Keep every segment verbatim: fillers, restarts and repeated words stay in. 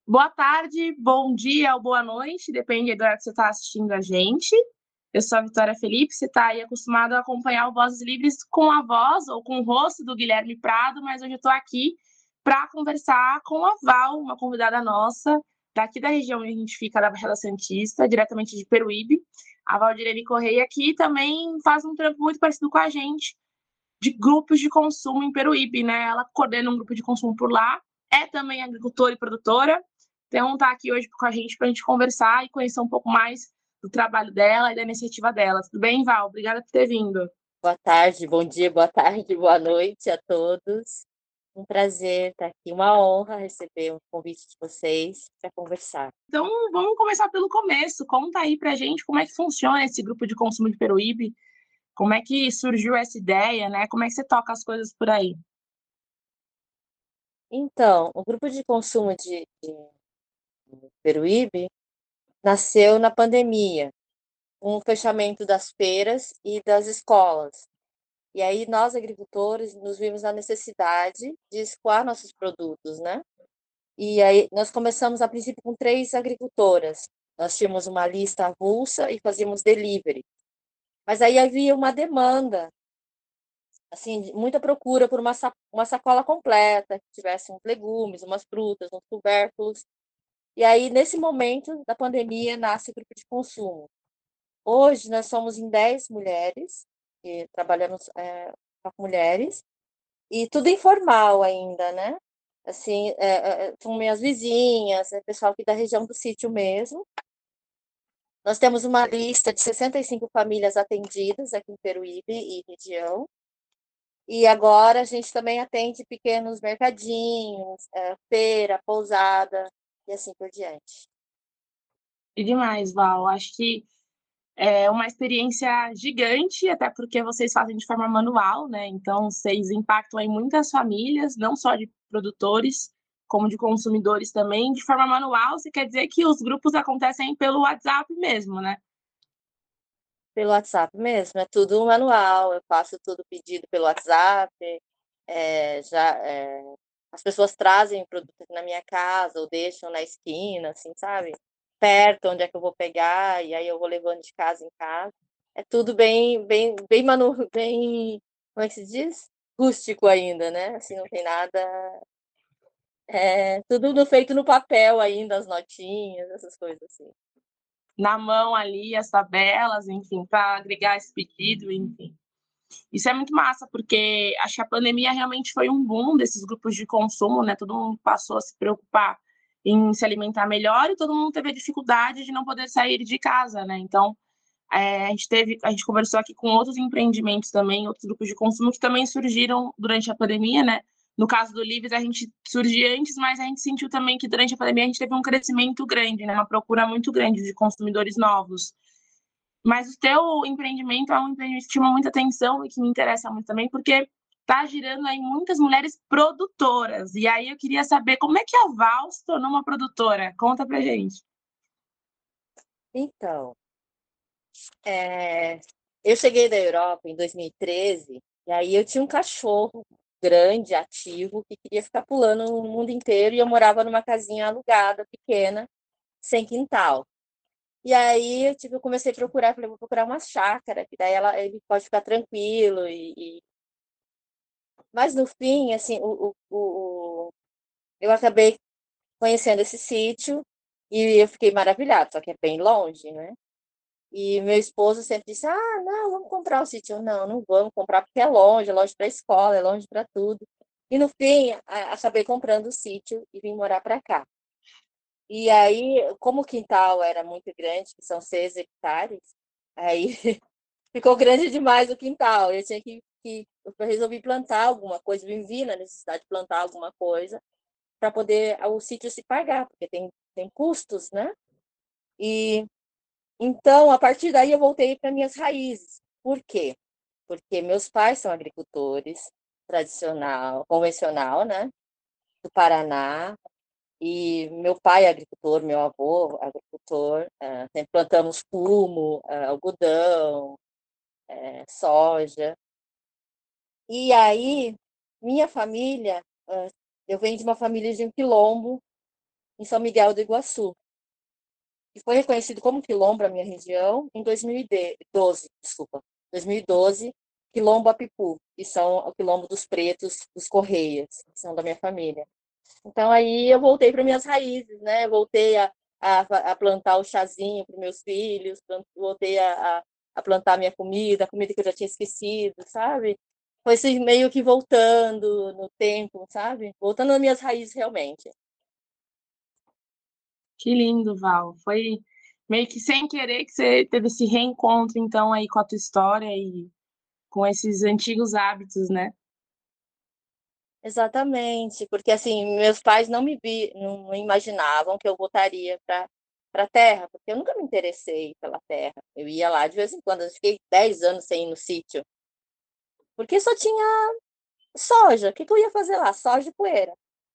Boa tarde, bom dia ou boa noite, depende do horário que você está assistindo a gente. Eu sou a Vitória Felipe, você está aí acostumado a acompanhar o Vozes Livres com a voz ou com o rosto do Guilherme Prado, mas hoje eu estou aqui para conversar com a Val, uma convidada nossa, daqui da região onde a gente fica, da Baixada Santista, diretamente de Peruíbe. A Valdirene Correia aqui também faz um trampo muito parecido com a gente, de grupos de consumo em Peruíbe, né? Ela coordena um grupo de consumo por lá, é também agricultora e produtora, então tá aqui hoje com a gente para a gente conversar e conhecer um pouco mais do trabalho dela e da iniciativa dela. Tudo bem, Val? Obrigada por ter vindo. Boa tarde, bom dia, boa tarde, boa noite a todos. Um prazer estar aqui, uma honra receber o convite de vocês para conversar. Então, vamos começar pelo começo. Conta aí pra gente como é que funciona esse grupo de consumo de Peruíbe, como é que surgiu essa ideia, né? Como é que você toca as coisas por aí? Então, o grupo de consumo de, de Peruíbe nasceu na pandemia, com o fechamento das feiras e das escolas. E aí nós, agricultores, nos vimos na necessidade de escoar nossos produtos, né? E aí nós começamos a princípio com três agricultoras. Nós tínhamos uma lista avulsa e fazíamos delivery. Mas aí havia uma demanda, assim, muita procura por uma, sa uma sacola completa, que tivesse uns legumes, umas frutas, uns tubérculos. E aí, nesse momento da pandemia, nasce o grupo de consumo. Hoje, nós somos em dez mulheres, que trabalhamos é, com mulheres, e tudo informal ainda, né? Assim, é, é, são minhas vizinhas, é pessoal aqui da região do sítio mesmo. Nós temos uma lista de sessenta e cinco famílias atendidas aqui em Peruíbe e região. E agora a gente também atende pequenos mercadinhos, é, feira, pousada e assim por diante. E demais, Val. Acho que é uma experiência gigante, até porque vocês fazem de forma manual, né? Então, vocês impactam em muitas famílias, não só de produtores, como de consumidores também. De forma manual, você quer dizer que os grupos acontecem pelo WhatsApp mesmo, né? Pelo WhatsApp mesmo, é tudo manual, eu faço tudo pedido pelo WhatsApp, é, já, é, as pessoas trazem o produto aqui na minha casa ou deixam na esquina, assim, sabe? Perto, onde é que eu vou pegar, e aí eu vou levando de casa em casa. É tudo bem, bem, bem manu, bem, como é que se diz? Rústico ainda, né? Assim, não tem nada. É tudo no- feito no papel ainda, as notinhas, essas coisas assim. Na mão ali, as tabelas, enfim, para agregar esse pedido, enfim. Isso é muito massa, porque acho que a pandemia realmente foi um boom desses grupos de consumo, né? Todo mundo passou a se preocupar em se alimentar melhor e todo mundo teve a dificuldade de não poder sair de casa, né? Então, é, a gente teve, a gente conversou aqui com outros empreendimentos também, outros grupos de consumo que também surgiram durante a pandemia, né? No caso do Livres, a gente surgiu antes, mas a gente sentiu também que durante a pandemia a gente teve um crescimento grande, né? Uma procura muito grande de consumidores novos. Mas o teu empreendimento é um empreendimento que chama muita atenção e que me interessa muito também, porque tá girando aí muitas mulheres produtoras. E aí eu queria saber como é que a Val se tornou uma produtora. Conta pra gente. Então, é, eu cheguei da Europa em dois mil e treze, e aí eu tinha um cachorro grande, ativo, que queria ficar pulando o mundo inteiro, e eu morava numa casinha alugada, pequena, sem quintal. E aí eu, tipo, eu comecei a procurar, falei, vou procurar uma chácara, que daí ela, ele pode ficar tranquilo. E, e... Mas no fim, assim, o, o, o, eu acabei conhecendo esse sítio e eu fiquei maravilhada, só que é bem longe, né? E meu esposo sempre disse: Ah, não, vamos comprar o sítio. Eu, não, não vamos comprar porque é longe, é longe para a escola, é longe para tudo. E no fim, a- acabei comprando o sítio e vim morar para cá. E aí, como o quintal era muito grande, que são seis hectares, aí ficou grande demais o quintal. Eu tinha que, que eu resolvi plantar alguma coisa, me vi na necessidade de plantar alguma coisa para poder o sítio se pagar, porque tem, tem custos, né? E então, a partir daí, eu voltei para minhas raízes. Por quê? Porque meus pais são agricultores tradicional, convencional, né, do Paraná, e meu pai é agricultor, meu avô é agricultor, uh, sempre plantamos fumo, uh, algodão, uh, soja. E aí, minha família, uh, eu venho de uma família de um quilombo, em São Miguel do Iguaçu, e foi reconhecido como quilombo a minha região em dois mil e doze, desculpa, dois mil e doze, Quilombo Apipu, que são o quilombo dos pretos dos Correias, que são da minha família. Então aí eu voltei para minhas raízes, né? Voltei a, a, a plantar o chazinho para meus filhos, voltei a, a, a plantar minha comida, a comida que eu já tinha esquecido, sabe? Foi assim, meio que voltando no tempo, sabe? Voltando às minhas raízes realmente. Que lindo, Val. Foi meio que sem querer que você teve esse reencontro, então, aí com a tua história e com esses antigos hábitos, né? Exatamente, porque assim, meus pais não me vi, não imaginavam que eu voltaria para para a terra, porque eu nunca me interessei pela terra. Eu ia lá de vez em quando, eu fiquei dez anos sem ir no sítio, porque só tinha soja. O que que eu ia fazer lá? Soja e poeira.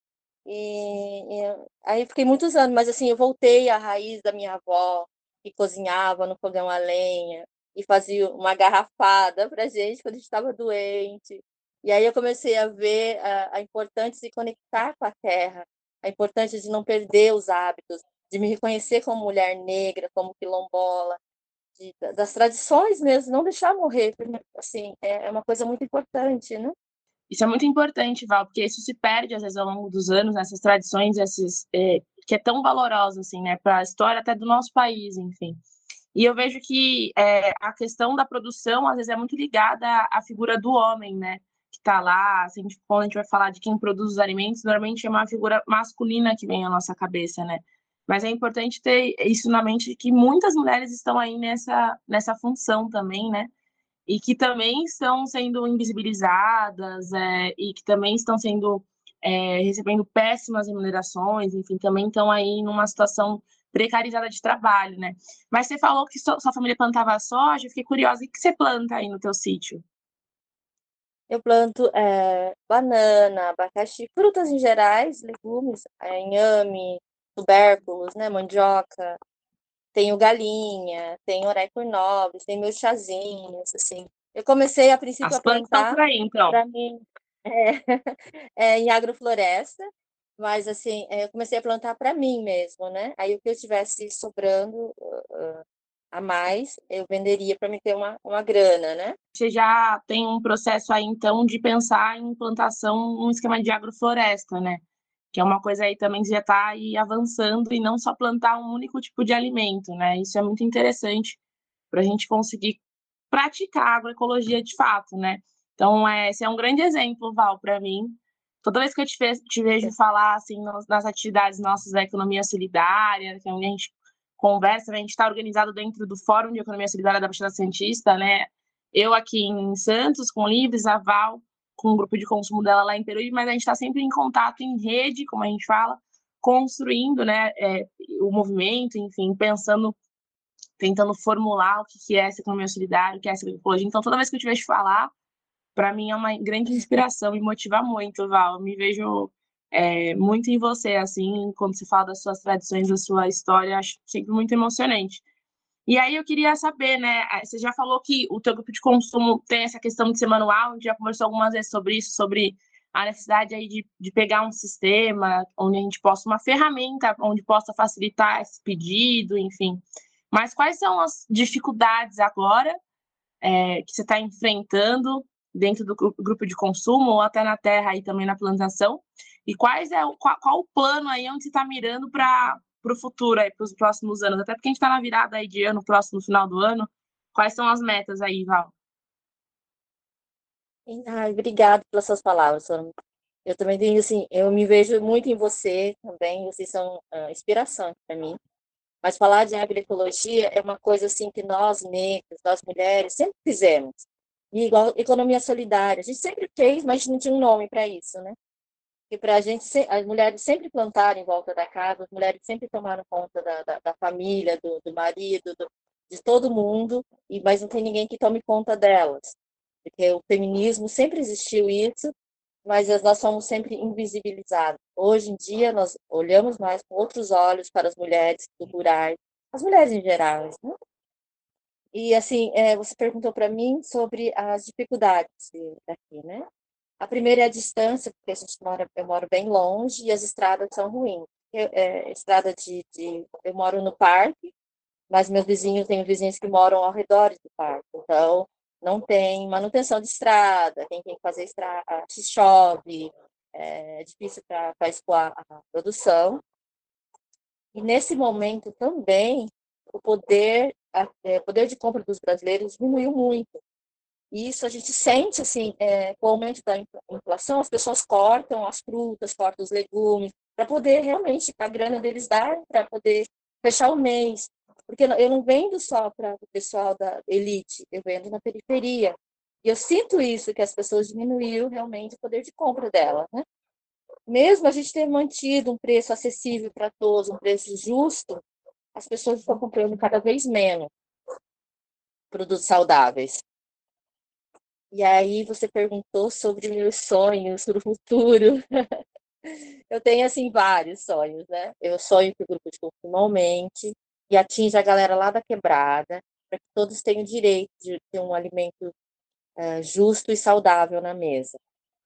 E, e eu- aí fiquei muitos anos, mas assim, eu voltei à raiz da minha avó, que cozinhava no fogão a lenha e fazia uma garrafada pra gente quando a gente estava doente. E aí eu comecei a ver a, a importância de se conectar com a terra, a importância de não perder os hábitos, de me reconhecer como mulher negra, como quilombola, de- das tradições mesmo, não deixar morrer. Assim, é é uma coisa muito importante, né? Isso é muito importante, Val, porque isso se perde, às vezes, ao longo dos anos, essas tradições, esses, é, que é tão valorosa, assim, né, para a história até do nosso país, enfim. E eu vejo que é, a questão da produção, às vezes, é muito ligada à, à figura do homem, né, que está lá. Se a gente, quando a gente vai falar de quem produz os alimentos, normalmente é uma figura masculina que vem à nossa cabeça, né? Mas é importante ter isso na mente, que muitas mulheres estão aí nessa, nessa função também, né? E que também estão sendo invisibilizadas, é, e que também estão sendo é, recebendo péssimas remunerações, enfim, também estão aí numa situação precarizada de trabalho, né? Mas você falou que sua, sua família plantava soja, eu fiquei curiosa, o que você planta aí no teu sítio? Eu planto eh, banana, abacaxi, frutas em gerais, legumes, eh, inhame, tubérculos, né, mandioca. Tenho galinha, tenho orécur-nobres, tenho meus chazinhos, assim. Eu comecei a princípio As a plantas estão plantar por aí, então. para mim é, em agrofloresta, mas assim, eh, eu comecei a plantar para mim mesmo, né? Aí o que eu tivesse sobrando uh, a mais, eu venderia para me ter uma, uma grana, né? Você já tem um processo aí, então, de pensar em implantação, um esquema de agrofloresta, né? Que é uma coisa aí também que já está aí avançando e não só plantar um único tipo de alimento, né? Isso é muito interessante para a gente conseguir praticar a agroecologia de fato, né? Então, é, esse é um grande exemplo, Val, para mim. Toda vez que eu te, ve te vejo falar assim nas, nas atividades nossas da economia solidária, que é onde a gente conversa, né? A gente está organizado dentro do Fórum de Economia Solidária da Baixada Santista, né? Eu aqui em Santos, com o Livres, a Val, com o grupo de consumo dela lá em Peruíbe, mas a gente está sempre em contato em rede, como a gente fala, construindo, né, é, o movimento, enfim, pensando, tentando formular o que é essa economia solidária, o que é essa agroecologia. Então, toda vez que eu te vejo falar, para mim é uma grande inspiração, me motiva muito, Val. Eu me vejo é, muito em você, assim, quando você fala das suas tradições, da sua história, acho sempre muito emocionante. E aí eu queria saber, né? Você já falou que o teu grupo de consumo tem essa questão de ser manual, a gente já conversou algumas vezes sobre isso, sobre a necessidade aí de, de pegar um sistema onde a gente possa, uma ferramenta onde possa facilitar esse pedido, enfim. Mas quais são as dificuldades agora é, que você está enfrentando dentro do grupo de consumo ou até na terra aí também na plantação? E quais é o, qual, qual o plano aí onde você está mirando para o futuro aí, para os próximos anos? Até porque a gente está na virada aí de ano, próximo final do ano. Quais são as metas aí, Val? Ai, obrigada pelas suas palavras, Soraya. Eu também tenho, assim, eu me vejo muito em você também, vocês são ah, inspiração para mim. Mas falar de agroecologia é uma coisa assim que nós negras, nós mulheres, sempre fizemos. E igual economia solidária, a gente sempre fez, mas não tinha um nome para isso, né? E para a gente, as mulheres sempre plantaram em volta da casa, as mulheres sempre tomaram conta da, da, da família, do, do marido, do, de todo mundo, e mas não tem ninguém que tome conta delas. Porque o feminismo sempre existiu isso, mas nós somos sempre invisibilizados. Hoje em dia, nós olhamos mais com outros olhos para as mulheres rurais, as mulheres em geral, né? E assim, é, você perguntou para mim sobre as dificuldades daqui, né? A primeira é a distância, porque a gente mora, eu moro bem longe e as estradas são ruins. eu- é, estrada de, de. Eu moro no parque, mas meus vizinhos, tenho vizinhos que moram ao redor do parque. Então, não tem manutenção de estrada, quem tem que fazer estrada, se chove, é, é difícil para escoar a produção. E nesse momento também, o poder, a, é, poder de compra dos brasileiros diminuiu muito. E isso a gente sente, assim, é, com o aumento da inflação, as pessoas cortam as frutas, cortam os legumes, para poder realmente a grana deles dar para poder fechar o mês. Porque eu não vendo só para o pessoal da elite, eu vendo na periferia. E eu sinto isso, que as pessoas diminuíram realmente o poder de compra dela, né? Mesmo a gente ter mantido um preço acessível para todos, um preço justo, as pessoas estão comprando cada vez menos produtos saudáveis. E aí você perguntou sobre meus sonhos para o futuro. Eu tenho, assim, vários sonhos, né? Eu sonho que o grupo de consumo aumente e atinja a galera lá da quebrada, para que todos tenham o direito de ter um alimento uh, justo e saudável na mesa.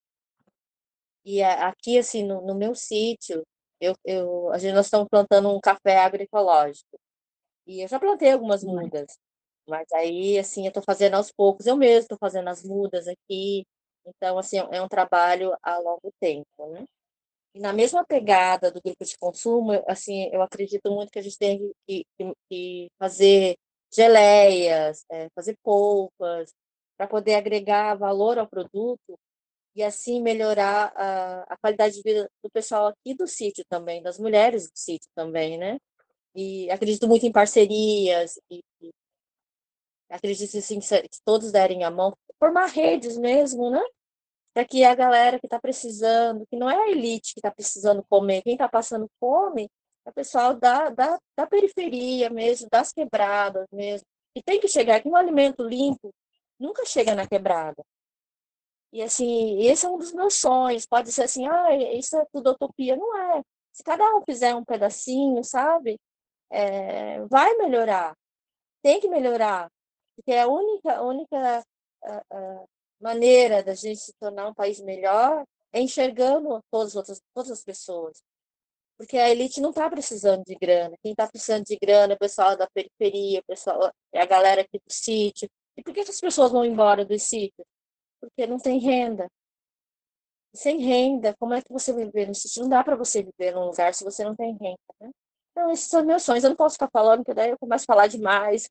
E a, aqui, assim, no, no meu sítio, eu, eu, a gente, nós estamos plantando um café agroecológico. E eu já plantei algumas mudas, mas aí, assim, eu estou fazendo aos poucos. Eu mesmo estou fazendo as mudas aqui. Então, assim, é um trabalho a longo tempo, né? E na mesma pegada do grupo de consumo, assim, eu acredito muito que a gente tem que, que, que fazer geleias, é, fazer polpas, para poder agregar valor ao produto e assim melhorar a, a qualidade de vida do pessoal aqui do sítio também, das mulheres do sítio também, né? E acredito muito em parcerias, e, e acredito assim, que se que todos derem a mão, formar redes mesmo, né? Para que a galera que está precisando, que não é a elite que está precisando comer, quem está passando fome é o pessoal da, da, da periferia mesmo, das quebradas mesmo. E tem que chegar que um alimento limpo nunca chega na quebrada. E assim, esse é um dos meus sonhos. Pode ser assim, ah, isso é tudo utopia. Não é. Se cada um fizer um pedacinho, sabe? É, vai melhorar. Tem que melhorar. Porque é a única, a única ah, ah, maneira da gente se tornar um país melhor é enxergando todas as outras, todas as pessoas. Porque a elite não está precisando de grana. Quem está precisando de grana é o pessoal da periferia, o pessoal, é a galera aqui do sítio. E por que que as pessoas vão embora do sítio? Porque não tem renda. Sem renda, como é que você vai viver no sítio? Não dá para você viver num lugar se você não tem renda, né? Então, esses são meus sonhos. Eu não posso ficar falando, porque daí eu começo a falar demais.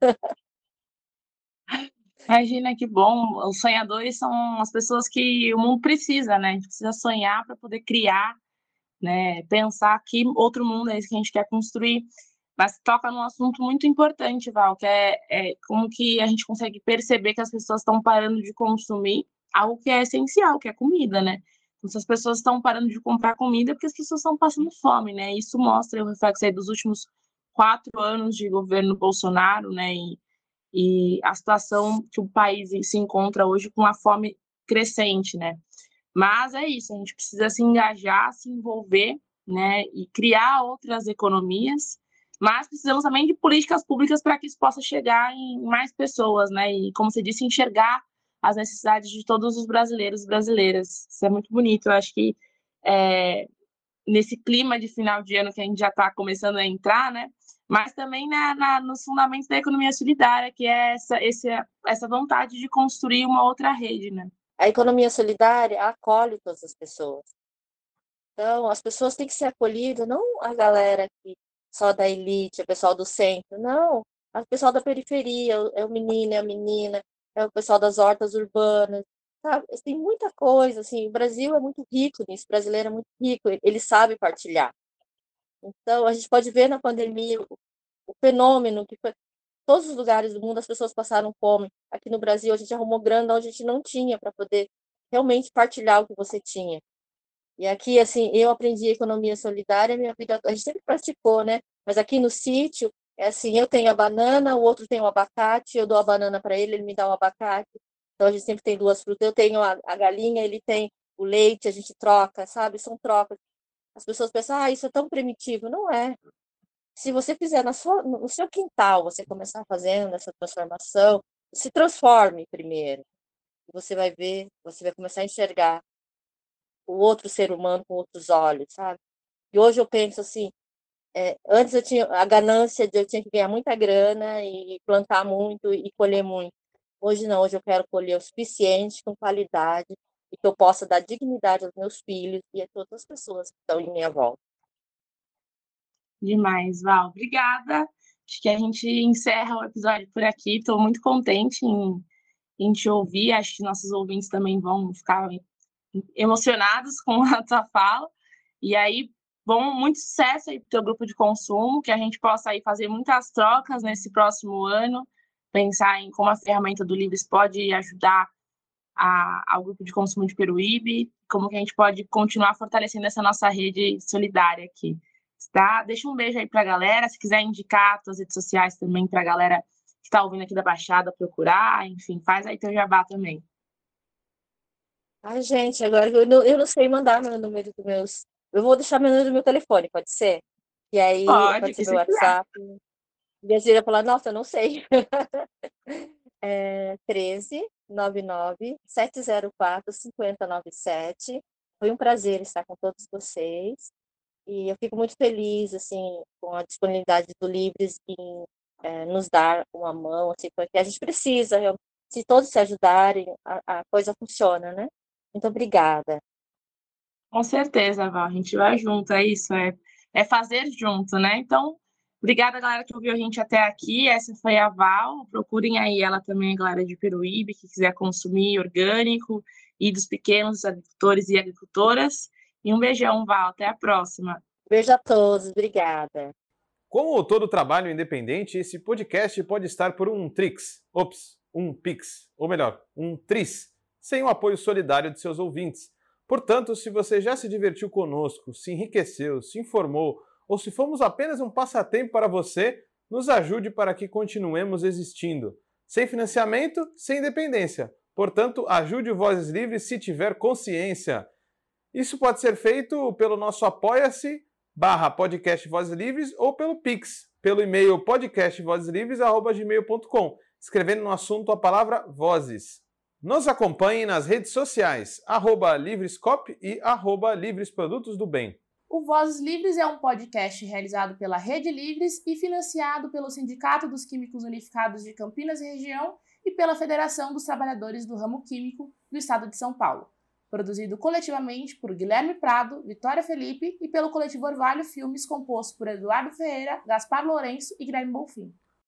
Imagina que bom. Os sonhadores são as pessoas que o mundo precisa, né? A gente precisa sonhar para poder criar, né? Pensar que outro mundo é esse que a gente quer construir. Mas toca num assunto muito importante, Val, que é, é como que a gente consegue perceber que as pessoas estão parando de consumir algo que é essencial, que é comida, né? Então, se as pessoas estão parando de comprar comida, é porque as pessoas estão passando fome, né? Isso mostra o reflexo aí dos últimos quatro anos de governo Bolsonaro, né? E, e a situação que o país se encontra hoje com a fome crescente, né? Mas é isso, a gente precisa se engajar, se envolver, né, e criar outras economias, mas precisamos também de políticas públicas para que isso possa chegar em mais pessoas, né, e como você disse, enxergar as necessidades de todos os brasileiros e brasileiras. Isso é muito bonito, eu acho que é, nesse clima de final de ano que a gente já está começando a entrar, né, mas também na, na, nos fundamentos da economia solidária, que é essa, esse, essa vontade de construir uma outra rede, né. A economia solidária acolhe todas as pessoas. Então, as pessoas têm que ser acolhidas, não a galera que só da elite, o pessoal do centro, não. O pessoal da periferia, é o menino, é a menina, é o pessoal das hortas urbanas, sabe? Tem muita coisa, assim, o Brasil é muito rico nisso, o brasileiro é muito rico, ele sabe partilhar. Então, a gente pode ver na pandemia o, o fenômeno que foi, todos os lugares do mundo as pessoas passaram fome. Aqui no Brasil, a gente arrumou grana onde a gente não tinha para poder realmente partilhar o que você tinha. E aqui, assim, eu aprendi economia solidária, minha vida, a gente sempre praticou, né? Mas aqui no sítio, é assim, eu tenho a banana, o outro tem o abacate, eu dou a banana para ele, ele me dá o abacate. Então a gente sempre tem duas frutas. Eu tenho a, a galinha, ele tem o leite, a gente troca, sabe? São trocas. As pessoas pensam, ah, isso é tão primitivo. Não é. Se você fizer na sua, no seu quintal, você começar fazendo essa transformação, se transforme primeiro. Você vai ver, você vai começar a enxergar o outro ser humano com outros olhos, sabe? E hoje eu penso assim, É, antes eu tinha a ganância de eu tinha que ganhar muita grana e plantar muito e colher muito. Hoje não, hoje eu quero colher o suficiente, com qualidade, e que eu possa dar dignidade aos meus filhos e a todas as pessoas que estão em minha volta. Demais, Val. Obrigada. Acho que a gente encerra o episódio por aqui. Estou muito contente em, em te ouvir. Acho que nossos ouvintes também vão ficar emocionados com a tua fala. E aí, bom, muito sucesso aí pro teu grupo de consumo, que a gente possa aí fazer muitas trocas nesse próximo ano, pensar em como a ferramenta do Livres pode ajudar a, ao grupo de consumo de Peruíbe, como que a gente pode continuar fortalecendo essa nossa rede solidária aqui. Tá? Deixa um beijo aí pra galera, se quiser indicar tuas redes sociais também pra galera que está ouvindo aqui da Baixada procurar, enfim, faz aí teu jabá também. Ai, gente, agora eu não, eu não sei mandar meu número dos meus. Eu vou deixar meu número do meu telefone, pode ser? E aí, Pode, pode o ser que meu você quiser. WhatsApp. E a Gira falar, nossa, eu não sei. É treze, nove nove, sete zero quatro, cinco zero nove sete. Foi um prazer estar com todos vocês. E eu fico muito feliz, assim, com a disponibilidade do Livres em é, nos dar uma mão, assim, porque a gente precisa, eu- se todos se ajudarem, a, a coisa funciona, né? Muito obrigada. Com certeza, Val, a gente vai junto, é isso, é, é fazer junto, né? Então, obrigada, galera, que ouviu a gente até aqui. Essa foi a Val. Procurem aí ela também, a galera de Peruíbe, que quiser consumir orgânico e dos pequenos agricultores e agricultoras. E um beijão, Val. Até a próxima. Beijo a todos, obrigada. Como todo trabalho independente, esse podcast pode estar por um Trix, ops, um Pix, ou melhor, um Tris, sem o apoio solidário de seus ouvintes. Portanto, se você já se divertiu conosco, se enriqueceu, se informou, ou se fomos apenas um passatempo para você, nos ajude para que continuemos existindo. Sem financiamento, sem independência. Portanto, ajude o Vozes Livres se tiver consciência. Isso pode ser feito pelo nosso apoia-se barra podcast Vozes Livres ou pelo Pix, pelo e-mail podcastvozeslivres arroba gmail ponto com, escrevendo no assunto a palavra Vozes. Nos acompanhe nas redes sociais, arroba Livrescop e arroba Livres Produtos do Bem. O Vozes Livres é um podcast realizado pela Rede Livres e financiado pelo Sindicato dos Químicos Unificados de Campinas e Região e pela Federação dos Trabalhadores do Ramo Químico do Estado de São Paulo. Produzido coletivamente por Guilherme Prado, Vitória Felipe e pelo coletivo Orvalho Filmes, composto por Eduardo Ferreira, Gaspar Lourenço e Guilherme Bonfim.